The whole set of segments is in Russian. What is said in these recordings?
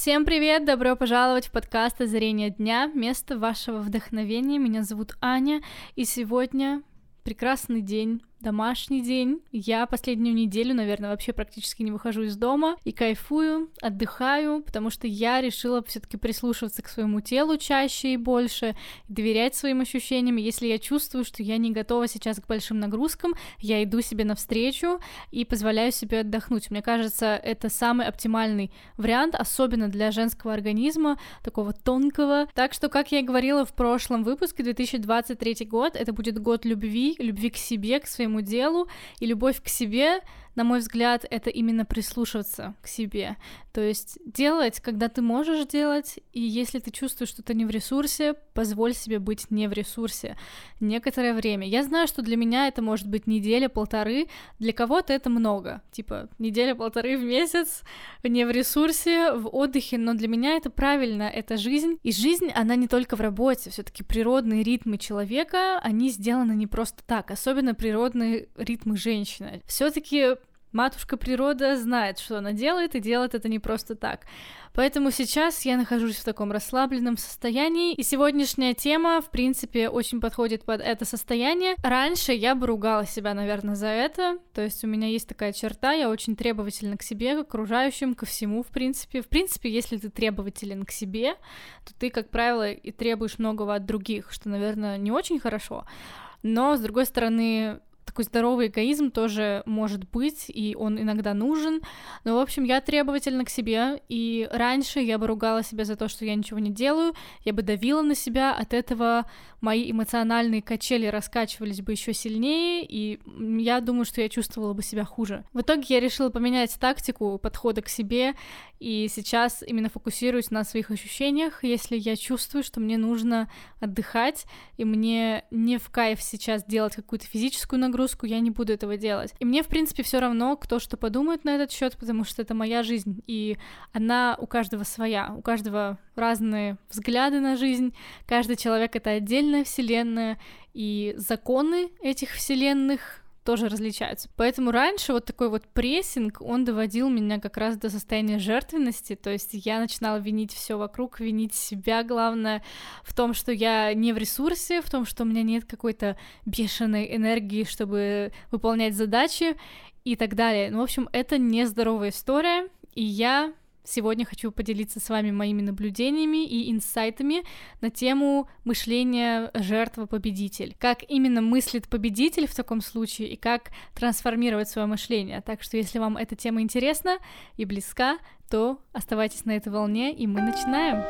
Всем привет! Добро пожаловать в подкаст «Озарение дня», место вашего вдохновения. Меня зовут Аня, и сегодня прекрасный день, домашний день. Я последнюю неделю, наверное, вообще практически не выхожу из дома и кайфую, отдыхаю, потому что я решила все-таки прислушиваться к своему телу чаще и больше, доверять своим ощущениям. Если я чувствую, что я не готова сейчас к большим нагрузкам, я иду себе навстречу и позволяю себе отдохнуть. Мне кажется, это самый оптимальный вариант, особенно для женского организма, такого тонкого. Так что, как я и говорила в прошлом выпуске, 2023 год — это будет год любви к себе, к своему делу, и любовь к себе, на мой взгляд, это именно прислушиваться к себе, то есть делать, когда ты можешь делать, и если ты чувствуешь, что ты не в ресурсе, позволь себе быть не в ресурсе некоторое время. Я знаю, что для меня это может быть неделя-полторы, для кого-то это много, типа неделя-полторы в месяц не в ресурсе, в отдыхе, но для меня это правильно, это жизнь, и жизнь, она не только в работе, все-таки природные ритмы человека, они сделаны не просто так, особенно природные ритмы женщины. Все-таки матушка природа знает, что она делает, и делает это не просто так. Поэтому сейчас я нахожусь в таком расслабленном состоянии, и сегодняшняя тема, в принципе, очень подходит под это состояние. Раньше я бы ругала себя, наверное, за это, то есть у меня есть такая черта, я очень требовательна к себе, к окружающим, ко всему, в принципе. В принципе, если ты требователен к себе, то ты, как правило, и требуешь многого от других, что, наверное, не очень хорошо, но, с другой стороны, такой здоровый эгоизм тоже может быть, и он иногда нужен. Но, в общем, я требовательна к себе, и раньше я бы ругала себя за то, что я ничего не делаю, я бы давила на себя, от этого мои эмоциональные качели раскачивались бы еще сильнее, и я думаю, что я чувствовала бы себя хуже. В итоге я решила поменять тактику подхода к себе, и сейчас именно фокусируюсь на своих ощущениях. Если я чувствую, что мне нужно отдыхать, и мне не в кайф сейчас делать какую-то физическую нагрузку, я не буду этого делать. И мне, в принципе, все равно, кто что подумает на этот счет, потому что это моя жизнь, и она у каждого своя, у каждого разные взгляды на жизнь, каждый человек — это отдельная вселенная, и законы этих вселенных тоже различаются. Поэтому раньше вот такой вот прессинг, он доводил меня как раз до состояния жертвенности, то есть я начинала винить все вокруг, винить себя, главное, в том, что я не в ресурсе, в том, что у меня нет какой-то бешеной энергии, чтобы выполнять задачи и так далее. Ну, в общем, это нездоровая история, и я сегодня хочу поделиться с вами моими наблюдениями и инсайтами на тему мышления жертва-победитель. Как именно мыслит победитель в таком случае и как трансформировать свое мышление. Так что, если вам эта тема интересна и близка, то оставайтесь на этой волне, и мы начинаем.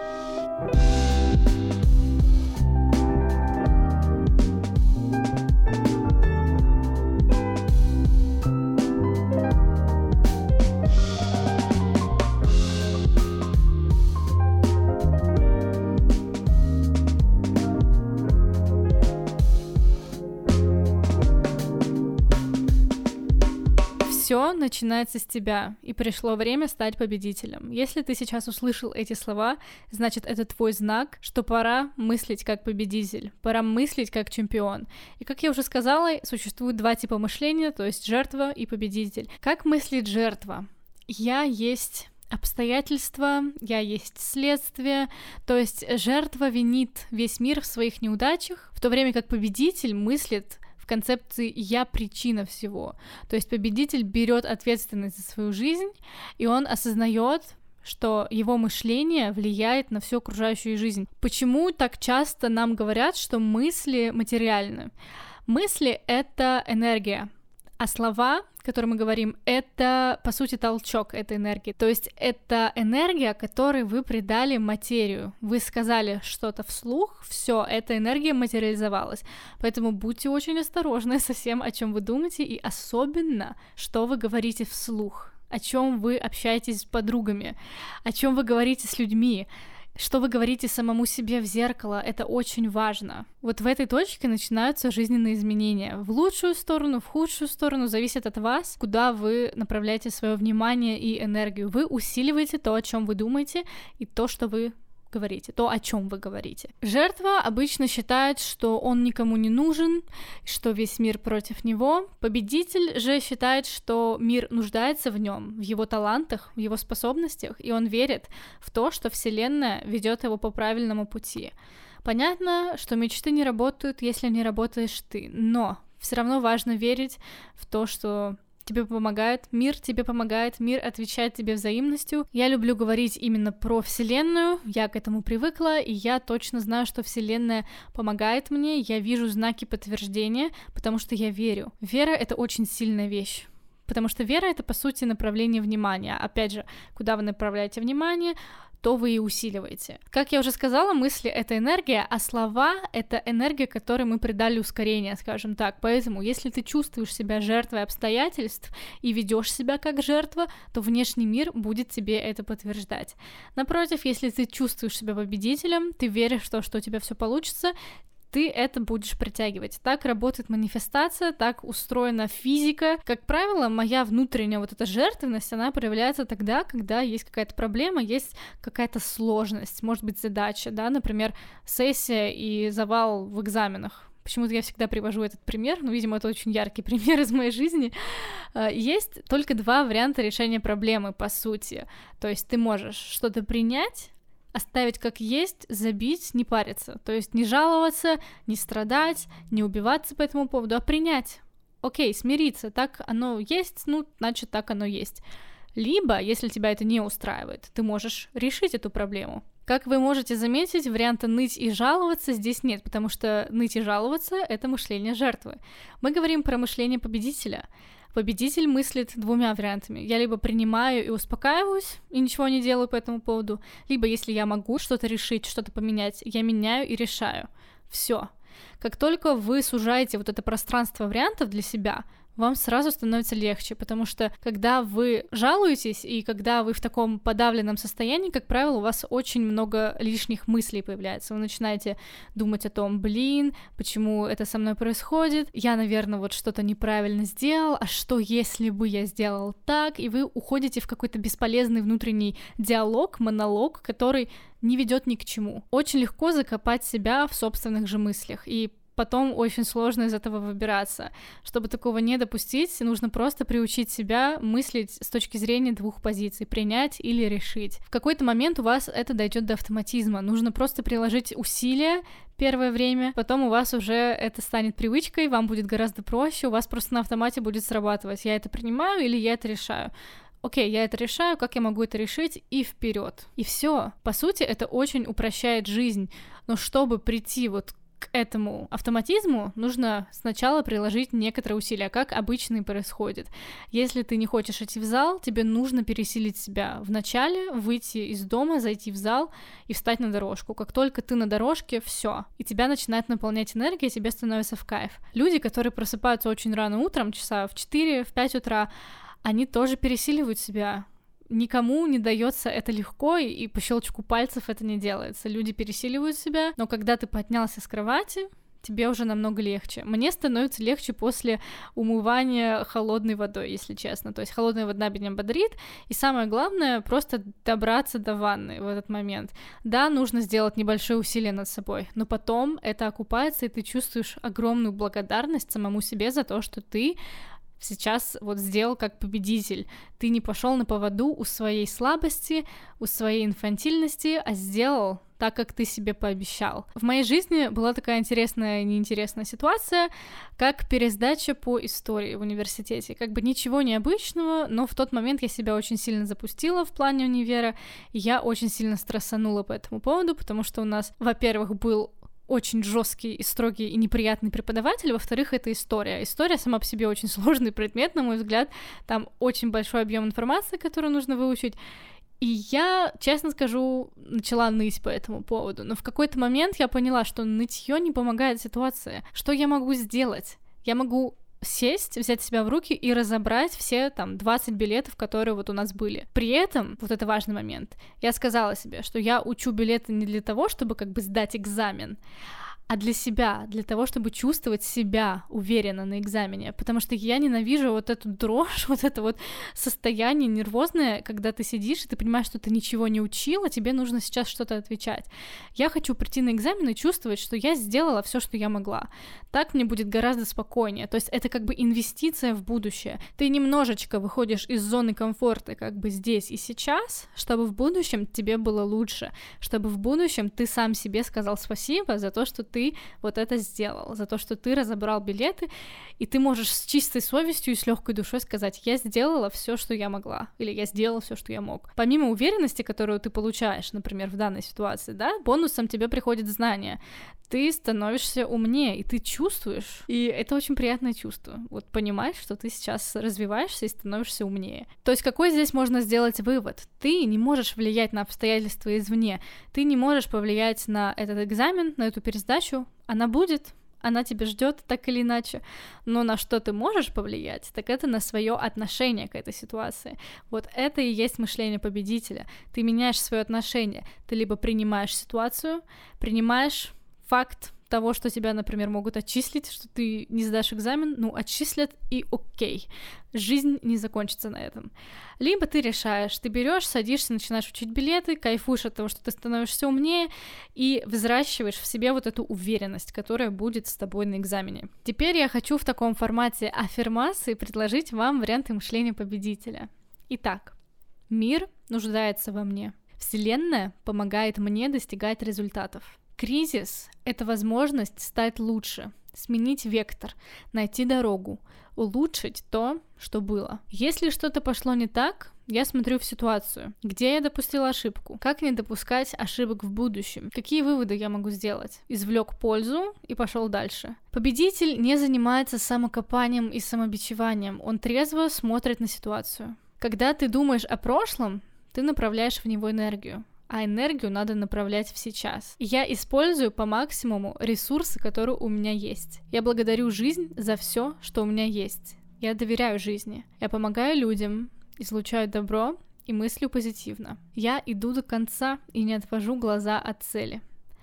Все начинается с тебя, и пришло время стать победителем. Если ты сейчас услышал эти слова, значит, это твой знак, что пора мыслить как победитель, пора мыслить как чемпион. И, как я уже сказала, существует два типа мышления, то есть жертва и победитель. Как мыслит жертва? Я есть обстоятельства, я есть следствие, то есть жертва винит весь мир в своих неудачах, в то время как победитель мыслит в концепции «я причина всего». То есть победитель берет ответственность за свою жизнь, и он осознает, что его мышление влияет на всю окружающую жизнь. Почему так часто нам говорят, что мысли материальны? Мысли — это энергия, а слова, которые мы говорим, это, по сути, толчок этой энергии. То есть это энергия, которой вы придали материю. Вы сказали что-то вслух, все, эта энергия материализовалась. Поэтому будьте очень осторожны со всем, о чем вы думаете, и особенно, что вы говорите вслух, о чем вы общаетесь с подругами, о чем вы говорите с людьми. Что вы говорите самому себе в зеркало, это очень важно. Вот в этой точке начинаются жизненные изменения. В лучшую сторону, в худшую сторону, зависит от вас, куда вы направляете свое внимание и энергию. Вы усиливаете то, о чем вы думаете, и то, что вы говорите, то, о чем вы говорите. Жертва обычно считает, что он никому не нужен, что весь мир против него. Победитель же считает, что мир нуждается в нем, в его талантах, в его способностях, и он верит в то, что Вселенная ведет его по правильному пути. Понятно, что мечты не работают, если не работаешь ты, но все равно важно верить в то, что тебе помогает, мир отвечает тебе взаимностью. Я люблю говорить именно про Вселенную, я к этому привыкла, и я точно знаю, что Вселенная помогает мне, я вижу знаки подтверждения, потому что я верю. Вера — это очень сильная вещь. Потому что вера — это, по сути, направление внимания. Опять же, куда вы направляете внимание, то вы и усиливаете. Как я уже сказала, мысли — это энергия, а слова — это энергия, которой мы придали ускорение, скажем так. Поэтому, если ты чувствуешь себя жертвой обстоятельств и ведешь себя как жертва, то внешний мир будет тебе это подтверждать. Напротив, если ты чувствуешь себя победителем, ты веришь в то, что у тебя все получится, ты это будешь притягивать. Так работает манифестация, так устроена физика. Как правило, моя внутренняя вот эта жертвенность, она проявляется тогда, когда есть какая-то проблема, есть какая-то сложность, может быть, задача, да, например, сессия и завал в экзаменах. Почему-то я всегда привожу этот пример, но, видимо, это очень яркий пример из моей жизни. Есть только два варианта решения проблемы, по сути. То есть ты можешь что-то принять, оставить как есть, забить, не париться. То есть не жаловаться, не страдать, не убиваться по этому поводу, а принять. Окей, смириться, так оно есть, ну, значит, так оно есть. Либо, если тебя это не устраивает, ты можешь решить эту проблему. Как вы можете заметить, варианта ныть и жаловаться здесь нет, потому что ныть и жаловаться — это мышление жертвы. Мы говорим про мышление победителя. Победитель мыслит двумя вариантами. Я либо принимаю и успокаиваюсь, и ничего не делаю по этому поводу, либо, если я могу что-то решить, что-то поменять, я меняю и решаю. Все. Как только вы сужаете вот это пространство вариантов для себя, вам сразу становится легче, потому что когда вы жалуетесь и когда вы в таком подавленном состоянии, как правило, у вас очень много лишних мыслей появляется. Вы начинаете думать о том, почему это со мной происходит, я, наверное, вот что-то неправильно сделал, а что, если бы я сделал так, и вы уходите в какой-то бесполезный внутренний диалог, монолог, который не ведет ни к чему. Очень легко закопать себя в собственных же мыслях, и потом очень сложно из этого выбираться. Чтобы такого не допустить, нужно просто приучить себя мыслить с точки зрения двух позиций — принять или решить. В какой-то момент у вас это дойдет до автоматизма. Нужно просто приложить усилия первое время, потом у вас уже это станет привычкой, вам будет гораздо проще, у вас просто на автомате будет срабатывать. Я это принимаю или я это решаю? Окей, я это решаю, как я могу это решить, и вперед. И все. По сути, это очень упрощает жизнь. Но чтобы прийти вот к этому автоматизму, нужно сначала приложить некоторые усилия, как обычно и происходит. Если ты не хочешь идти в зал, тебе нужно пересилить себя. Вначале выйти из дома, зайти в зал и встать на дорожку. Как только ты на дорожке, все, и тебя начинает наполнять энергия, тебе становится в кайф. Люди, которые просыпаются очень рано утром, часа в 4, в 5 утра, они тоже пересиливают себя. Никому не дается это легко, и по щелчку пальцев это не делается. Люди пересиливают себя, но когда ты поднялся с кровати, тебе уже намного легче. Мне становится легче после умывания холодной водой, если честно. То есть холодная вода меня бодрит, и самое главное — просто добраться до ванны в этот момент. Да, нужно сделать небольшое усилие над собой, но потом это окупается, и ты чувствуешь огромную благодарность самому себе за то, что ты сейчас вот сделал как победитель. Ты не пошел на поводу у своей слабости, у своей инфантильности, а сделал так, как ты себе пообещал. В моей жизни была такая интересная и неинтересная ситуация, как пересдача по истории в университете. Как бы ничего необычного, но в тот момент я себя очень сильно запустила в плане универа, и я очень сильно стрессанула по этому поводу, потому что у нас, во-первых, был очень жесткий и строгий и неприятный преподаватель, во-вторых, это история. История сама по себе очень сложный предмет, на мой взгляд, там очень большой объем информации, которую нужно выучить, и я, честно скажу, начала ныть по этому поводу, но в какой-то момент я поняла, что нытье не помогает ситуации. Что я могу сделать? Я могу сесть, взять себя в руки и разобрать все там 20 билетов, которые вот у нас были. При этом, вот это важный момент, я сказала себе, что я учу билеты не для того, чтобы как бы сдать экзамен, а для себя, для того, чтобы чувствовать себя уверенно на экзамене, потому что я ненавижу вот эту дрожь, вот это вот состояние нервозное, когда ты сидишь, и ты понимаешь, что ты ничего не учил, а тебе нужно сейчас что-то отвечать. Я хочу прийти на экзамен и чувствовать, что я сделала все, что я могла. Так мне будет гораздо спокойнее. То есть это как бы инвестиция в будущее. Ты немножечко выходишь из зоны комфорта как бы здесь и сейчас, чтобы в будущем тебе было лучше, чтобы в будущем ты сам себе сказал спасибо за то, что ты вот это сделал, за то, что ты разобрал билеты, и ты можешь с чистой совестью и с легкой душой сказать: я сделала все, что я могла, или я сделал все, что я мог. Помимо уверенности, которую ты получаешь, например, в данной ситуации, да, бонусом тебе приходит знание. Ты становишься умнее, и ты чувствуешь, и это очень приятное чувство, вот понимать, что ты сейчас развиваешься и становишься умнее. То есть какой здесь можно сделать вывод? Ты не можешь влиять на обстоятельства извне, ты не можешь повлиять на этот экзамен, на эту пересдачу, она будет, она тебя ждет так или иначе, но на что ты можешь повлиять, так это на свое отношение к этой ситуации. Вот это и есть мышление победителя. Ты меняешь свое отношение, ты либо принимаешь ситуацию, принимаешь факт того, что тебя, например, могут отчислить, что ты не сдашь экзамен, ну, отчислят, и окей, жизнь не закончится на этом. Либо ты решаешь, ты берешь, садишься, начинаешь учить билеты, кайфуешь от того, что ты становишься умнее, и взращиваешь в себе вот эту уверенность, которая будет с тобой на экзамене. Теперь я хочу в таком формате аффирмации предложить вам варианты мышления победителя. Итак, мир нуждается во мне. Вселенная помогает мне достигать результатов. Кризис — это возможность стать лучше, сменить вектор, найти дорогу, улучшить то, что было. Если что-то пошло не так, я смотрю в ситуацию, где я допустила ошибку, как не допускать ошибок в будущем, какие выводы я могу сделать, извлек пользу и пошел дальше. Победитель не занимается самокопанием и самобичеванием, он трезво смотрит на ситуацию. Когда ты думаешь о прошлом, ты направляешь в него энергию. А энергию надо направлять в сейчас. И я использую по максимуму ресурсы, которые у меня есть. Я благодарю жизнь за все, что у меня есть. Я доверяю жизни. Я помогаю людям, излучаю добро и мыслю позитивно. Я иду до конца и не отвожу глаза от цели.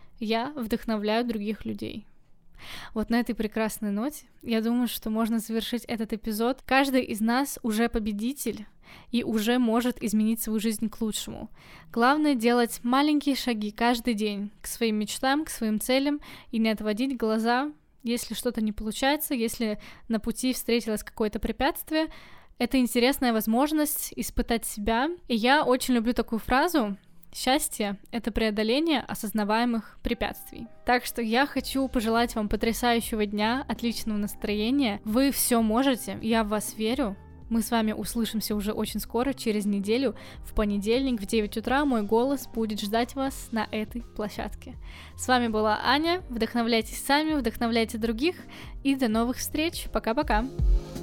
Я вдохновляю других людей. Вот на этой прекрасной ноте я думаю, что можно завершить этот эпизод. Каждый из нас уже победитель и уже может изменить свою жизнь к лучшему. Главное делать маленькие шаги каждый день к своим мечтам, к своим целям и не отводить глаза, если что-то не получается, если на пути встретилось какое-то препятствие. Это интересная возможность испытать себя. И я очень люблю такую фразу: счастье — это преодоление осознаваемых препятствий. Так что я хочу пожелать вам потрясающего дня, отличного настроения. Вы все можете, я в вас верю. Мы с вами услышимся уже очень скоро, через неделю, в понедельник в 9 утра мой голос будет ждать вас на этой площадке. С вами была Аня, вдохновляйтесь сами, вдохновляйте других, и до новых встреч, пока-пока!